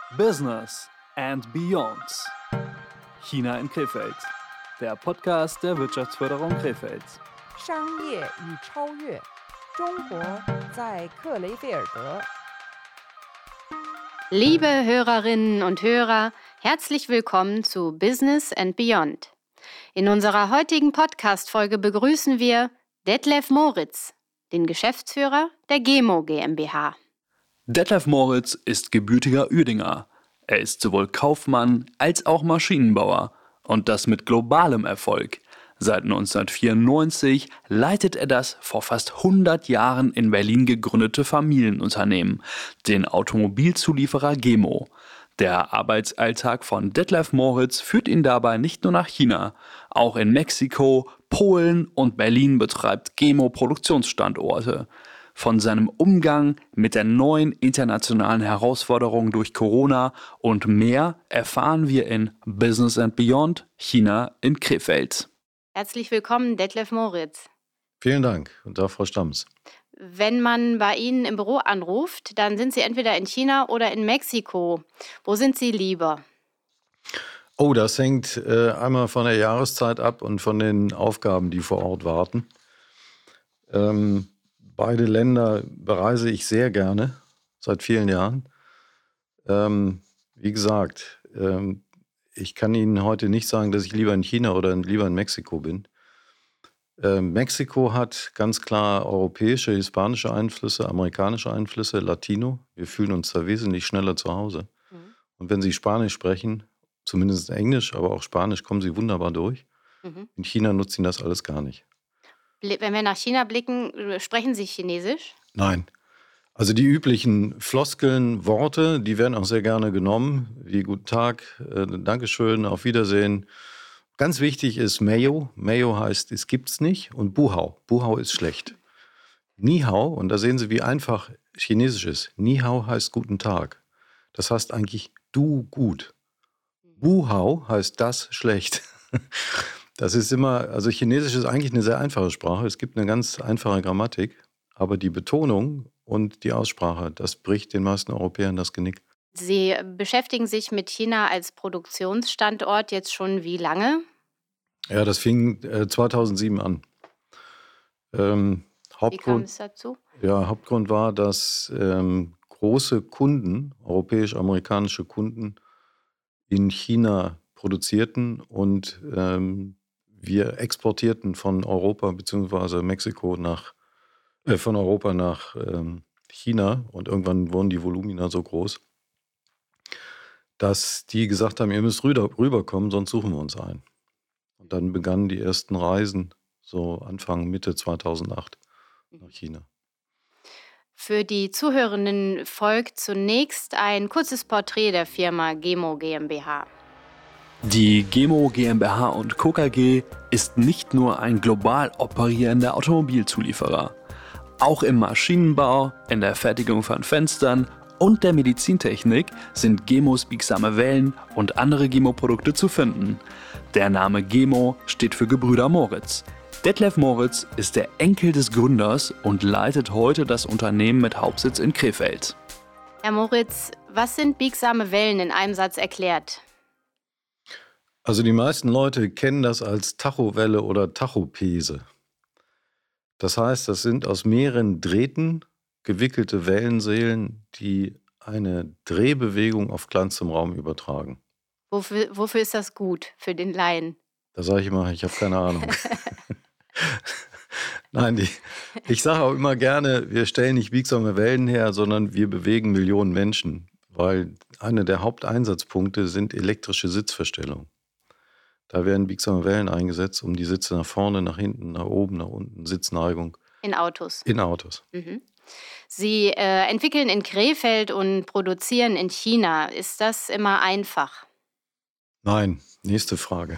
Business and Beyond. China in Krefeld. Der Podcast der Wirtschaftsförderung Krefeld. 商业与超越，中国在克雷菲尔德。 Liebe Hörerinnen und Hörer, herzlich willkommen zu Business and Beyond. In unserer heutigen Podcast-Folge begrüßen wir Detlef Moritz, den Geschäftsführer der GEMO GmbH. Detlef Moritz ist gebürtiger Uerdinger. Er ist sowohl Kaufmann als auch Maschinenbauer und das mit globalem Erfolg. Seit 1994 leitet er das vor fast 100 Jahren in Berlin gegründete Familienunternehmen, den Automobilzulieferer GEMO. Der Arbeitsalltag von Detlef Moritz führt ihn dabei nicht nur nach China. Auch in Mexiko, Polen und Berlin betreibt GEMO Produktionsstandorte. Von seinem Umgang mit der neuen internationalen Herausforderung durch Corona und mehr erfahren wir in Business and Beyond China in Krefeld. Herzlich willkommen, Detlef Moritz. Vielen Dank. Und da Frau Stamms. Wenn man bei Ihnen im Büro anruft, dann sind Sie entweder in China oder in Mexiko. Wo sind Sie lieber? Oh, das hängt einmal von der Jahreszeit ab und von den Aufgaben, die vor Ort warten. Beide Länder bereise ich sehr gerne, seit vielen Jahren. Wie gesagt, ich kann Ihnen heute nicht sagen, dass ich lieber in China oder lieber in Mexiko bin. Mexiko hat ganz klar europäische, hispanische Einflüsse, amerikanische Einflüsse, Latino. Wir fühlen uns da wesentlich schneller zu Hause. Und wenn Sie Spanisch sprechen, zumindest Englisch, aber auch Spanisch, kommen Sie wunderbar durch. In China nutzen Sie das alles gar nicht. Wenn wir nach China blicken, sprechen Sie Chinesisch? Nein. Also die üblichen Floskeln, Worte, die werden auch sehr gerne genommen, wie Guten Tag, Dankeschön, auf Wiedersehen. Ganz wichtig ist Mayo. Mayo heißt, es gibt's nicht. Und Buhao. Buhao ist schlecht. Ni Hao, und da sehen Sie, wie einfach Chinesisch ist. Ni Hao heißt Guten Tag. Das heißt eigentlich du gut. Buhao heißt das schlecht. Das ist immer, also Chinesisch ist eigentlich eine sehr einfache Sprache. Es gibt eine ganz einfache Grammatik. Aber die Betonung und die Aussprache, das bricht den meisten Europäern das Genick. Sie beschäftigen sich mit China als Produktionsstandort jetzt schon wie lange? Ja, das fing 2007 an. Wie kam es dazu? Ja, Hauptgrund war, dass große Kunden, europäisch-amerikanische Kunden, in China produzierten und wir exportierten von Europa bzw. Mexiko von Europa nach China und irgendwann wurden die Volumina so groß, dass die gesagt haben, ihr müsst rüberkommen, sonst suchen wir uns ein. Und dann begannen die ersten Reisen, so Anfang, Mitte 2008 nach China. Für die Zuhörenden folgt zunächst ein kurzes Porträt der Firma GEMO GmbH. Die GEMO GmbH und Co. KG ist nicht nur ein global operierender Automobilzulieferer. Auch im Maschinenbau, in der Fertigung von Fenstern und der Medizintechnik sind GEMOs biegsame Wellen und andere GEMO-Produkte zu finden. Der Name GEMO steht für Gebrüder Moritz. Detlef Moritz ist der Enkel des Gründers und leitet heute das Unternehmen mit Hauptsitz in Krefeld. Herr Moritz, was sind biegsame Wellen in einem Satz erklärt? Also die meisten Leute kennen das als Tachowelle oder Tachopese. Das heißt, das sind aus mehreren Drähten gewickelte Wellenseelen, die eine Drehbewegung auf kleinstem Raum übertragen. Wofür ist das gut für den Laien? Da sage ich immer, ich habe keine Ahnung. Nein, ich sage auch immer gerne, wir stellen nicht biegsame Wellen her, sondern wir bewegen Millionen Menschen, weil einer der Haupteinsatzpunkte sind elektrische Sitzverstellungen. Da werden biegsame Wellen eingesetzt, um die Sitze nach vorne, nach hinten, nach oben, nach unten, Sitzneigung. In Autos? In Autos. Sie entwickeln in Krefeld und produzieren in China. Ist das immer einfach? Nein, nächste Frage.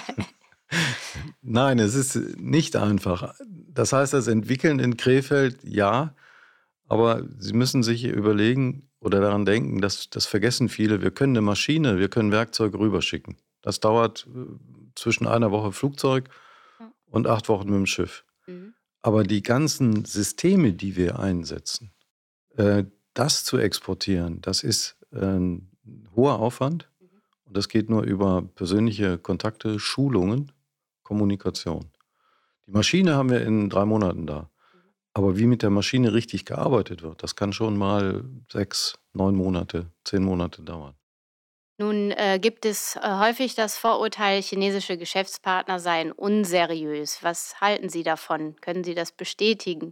Nein, es ist nicht einfach. Das heißt, das Entwickeln in Krefeld, ja, aber Sie müssen sich überlegen oder daran denken, das vergessen viele, wir können eine Maschine, wir können Werkzeuge rüberschicken. Das dauert zwischen einer Woche Flugzeug und 8 Wochen mit dem Schiff. Aber die ganzen Systeme, die wir einsetzen, das zu exportieren, das ist hoher Aufwand. Und das geht nur über persönliche Kontakte, Schulungen, Kommunikation. Die Maschine haben wir in 3 Monaten da. Aber wie mit der Maschine richtig gearbeitet wird, das kann schon mal 6, 9 Monate, 10 Monate dauern. Nun gibt es häufig das Vorurteil, chinesische Geschäftspartner seien unseriös. Was halten Sie davon? Können Sie das bestätigen?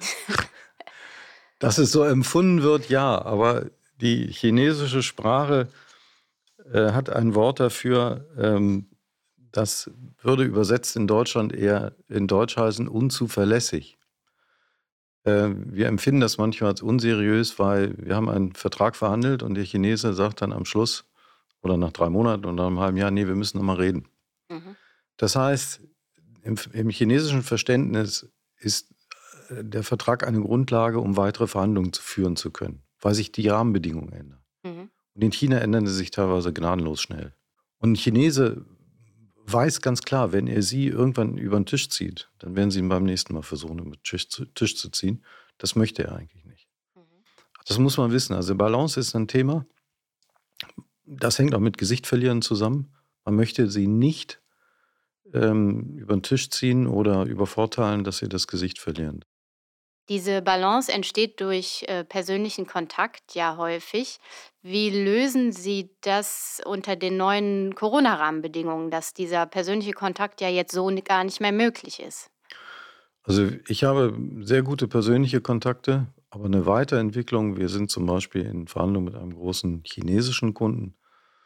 Dass es so empfunden wird, ja. Aber die chinesische Sprache hat ein Wort dafür, das würde übersetzt in Deutschland eher in Deutsch heißen unzuverlässig. Wir empfinden das manchmal als unseriös, weil wir haben einen Vertrag verhandelt und der Chinese sagt dann am Schluss oder nach 3 Monaten oder nach einem halben Jahr, nee, wir müssen noch mal reden. Das heißt, im chinesischen Verständnis ist der Vertrag eine Grundlage, um weitere Verhandlungen führen zu können, weil sich die Rahmenbedingungen ändern. Und in China ändern sie sich teilweise gnadenlos schnell. Und ein Chinese weiß ganz klar, wenn er sie irgendwann über den Tisch zieht, dann werden sie ihn beim nächsten Mal versuchen, über den Tisch zu ziehen. Das möchte er eigentlich nicht. Das muss man wissen. Also Balance ist ein Thema. Das hängt auch mit Gesicht verlieren zusammen. Man möchte sie nicht über den Tisch ziehen oder übervorteilen, dass sie das Gesicht verlieren. Diese Balance entsteht durch persönlichen Kontakt ja häufig. Wie lösen Sie das unter den neuen Corona-Rahmenbedingungen, dass dieser persönliche Kontakt ja jetzt so gar nicht mehr möglich ist? Also ich habe sehr gute persönliche Kontakte, aber eine Weiterentwicklung. Wir sind zum Beispiel in Verhandlungen mit einem großen chinesischen Kunden.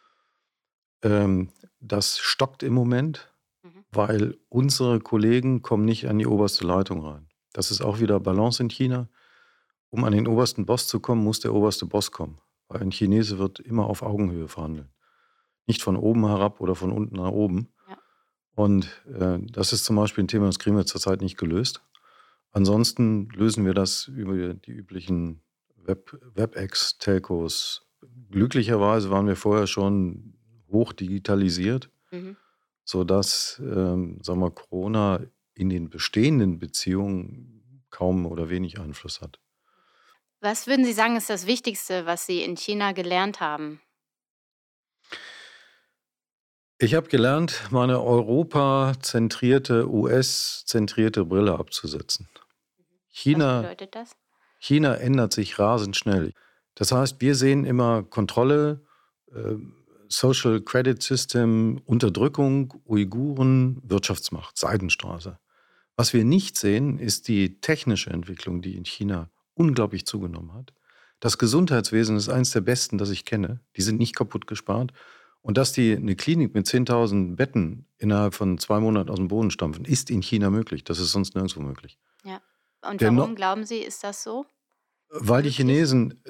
Das stockt im Moment, weil unsere Kollegen kommen nicht an die oberste Leitung rein. Das ist auch wieder Balance in China. Um an den obersten Boss zu kommen, muss der oberste Boss kommen. Weil ein Chinese wird immer auf Augenhöhe verhandeln. Nicht von oben herab oder von unten nach oben. Ja. Und das ist zum Beispiel ein Thema, das kriegen wir zurzeit nicht gelöst. Ansonsten lösen wir das über die üblichen WebEx-Telcos. Glücklicherweise waren wir vorher schon hoch digitalisiert, sodass sagen wir, Corona in den bestehenden Beziehungen kaum oder wenig Einfluss hat. Was würden Sie sagen, ist das Wichtigste, was Sie in China gelernt haben? Ich habe gelernt, meine europazentrierte, US-zentrierte Brille abzusetzen. Was China, bedeutet das? China ändert sich rasend schnell. Das heißt, wir sehen immer Kontrolle, Social Credit System, Unterdrückung, Uiguren, Wirtschaftsmacht, Seidenstraße. Was wir nicht sehen, ist die technische Entwicklung, die in China unglaublich zugenommen hat. Das Gesundheitswesen ist eines der besten, das ich kenne. Die sind nicht kaputt gespart. Und dass die eine Klinik mit 10.000 Betten innerhalb von 2 Monaten aus dem Boden stampfen, ist in China möglich. Das ist sonst nirgendwo möglich. Ja. Und warum glauben Sie, ist das so? Weil die Chinesen,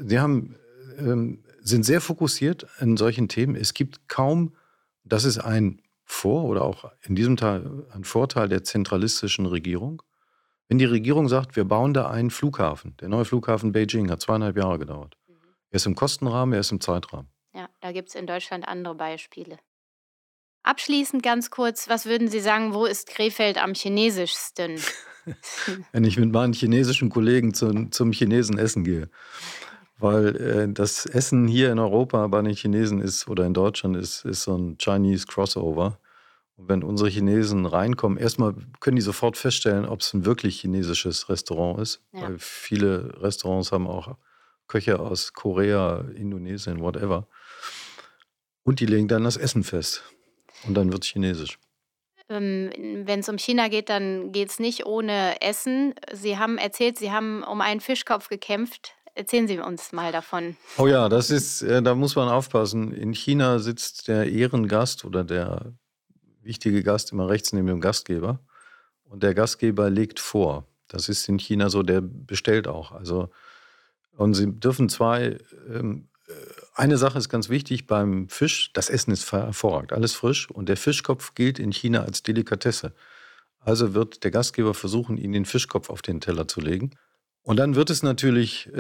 sind sehr fokussiert an solchen Themen. Es gibt kaum, das ist ein oder auch in diesem Teil ein Vorteil der zentralistischen Regierung. Wenn die Regierung sagt, wir bauen da einen Flughafen, der neue Flughafen Beijing hat 2,5 Jahre gedauert. Er ist im Kostenrahmen, er ist im Zeitrahmen. Ja, da gibt es in Deutschland andere Beispiele. Abschließend ganz kurz, was würden Sie sagen, wo ist Krefeld am chinesischsten? Wenn ich mit meinen chinesischen Kollegen zum Chinesen essen gehe. Weil das Essen hier in Europa bei den Chinesen ist oder in Deutschland ist so ein Chinese Crossover. Und wenn unsere Chinesen reinkommen, erstmal können die sofort feststellen, ob es ein wirklich chinesisches Restaurant ist. Ja. Weil viele Restaurants haben auch Köche aus Korea, Indonesien, whatever. Und die legen dann das Essen fest. Und dann wird es chinesisch. Wenn es um China geht, dann geht es nicht ohne Essen. Sie haben erzählt, Sie haben um einen Fischkopf gekämpft. Erzählen Sie uns mal davon. Oh ja, das ist, da muss man aufpassen. In China sitzt der Ehrengast oder der wichtige Gast immer rechts neben dem Gastgeber. Und der Gastgeber legt vor. Das ist in China so, der bestellt auch. Also, und Sie dürfen eine Sache ist ganz wichtig beim Fisch, das Essen ist hervorragend, alles frisch. Und der Fischkopf gilt in China als Delikatesse. Also wird der Gastgeber versuchen, Ihnen den Fischkopf auf den Teller zu legen. Und dann wird es natürlich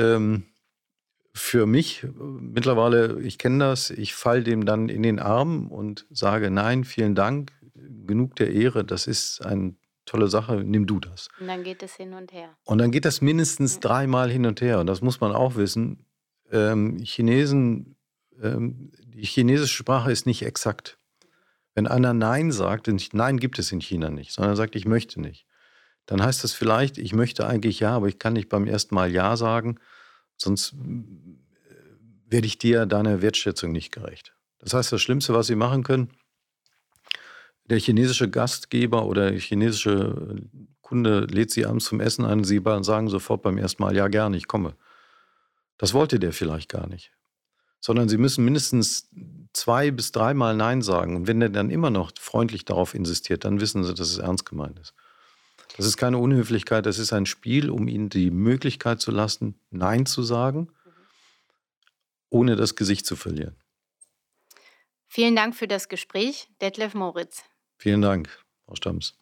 für mich mittlerweile, ich kenne das, ich falle dem dann in den Arm und sage, nein, vielen Dank, genug der Ehre, das ist eine tolle Sache, nimm du das. Und dann geht es hin und her. Und dann geht das mindestens 3-mal hin und her. Und das muss man auch wissen. Chinesen die chinesische Sprache ist nicht exakt. Wenn einer Nein sagt, und Nein gibt es in China nicht, sondern sagt, ich möchte nicht, dann heißt das vielleicht, ich möchte eigentlich ja, aber ich kann nicht beim ersten Mal Ja sagen, sonst werde ich dir deiner Wertschätzung nicht gerecht. Das heißt, das Schlimmste, was Sie machen können, der chinesische Gastgeber oder der chinesische Kunde lädt Sie abends zum Essen ein, Sie sagen sofort beim ersten Mal, ja gerne, ich komme. Das wollte der vielleicht gar nicht. Sondern Sie müssen mindestens 2 bis 3 Mal Nein sagen. Und wenn der dann immer noch freundlich darauf insistiert, dann wissen Sie, dass es ernst gemeint ist. Das ist keine Unhöflichkeit, das ist ein Spiel, um Ihnen die Möglichkeit zu lassen, Nein zu sagen, ohne das Gesicht zu verlieren. Vielen Dank für das Gespräch, Detlef Moritz. Vielen Dank, Frau Stams.